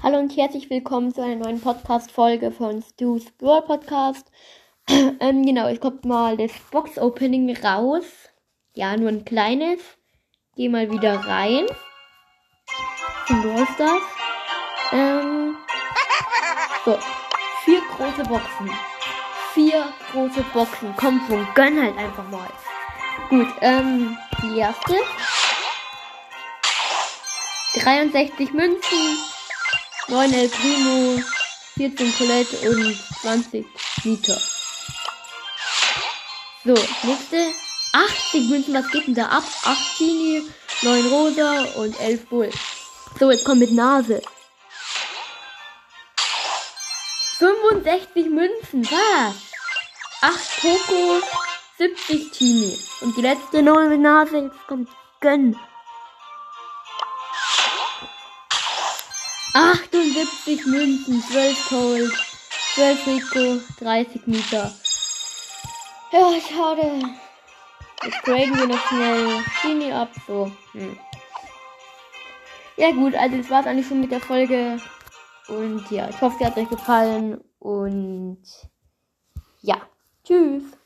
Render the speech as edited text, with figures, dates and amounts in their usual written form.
Hallo und herzlich willkommen zu einer neuen Podcast-Folge von Stu's Brawl Podcast. Genau, es kommt mal das Box-Opening raus. Ja, nur ein kleines. Geh mal wieder rein. Zum Brawl Stars. So, 4 große Boxen. 4 große Boxen. Komm schon, gönn halt einfach mal. Gut, die erste. 63 Münzen. 9 El Primo, 14 Colette und 20 Nita. So, nächste. 80 Münzen, was geht denn da ab? 8 Genie, 9 Rosa und 11 Bull. So, jetzt kommt mit Nase. 65 Münzen, was? 8 Poco, 70 Genie. Und die letzte neue mit Nase, jetzt kommt Gönn. 78 Münzen, 12 Cold, 12 Rico, 30 Meter. Ja, schade. Jetzt graden wir noch schnell Genie ab, so. Ja gut, also das war's eigentlich schon mit der Folge. Und ja, ich hoffe, sie hat euch gefallen. Und ja, tschüss.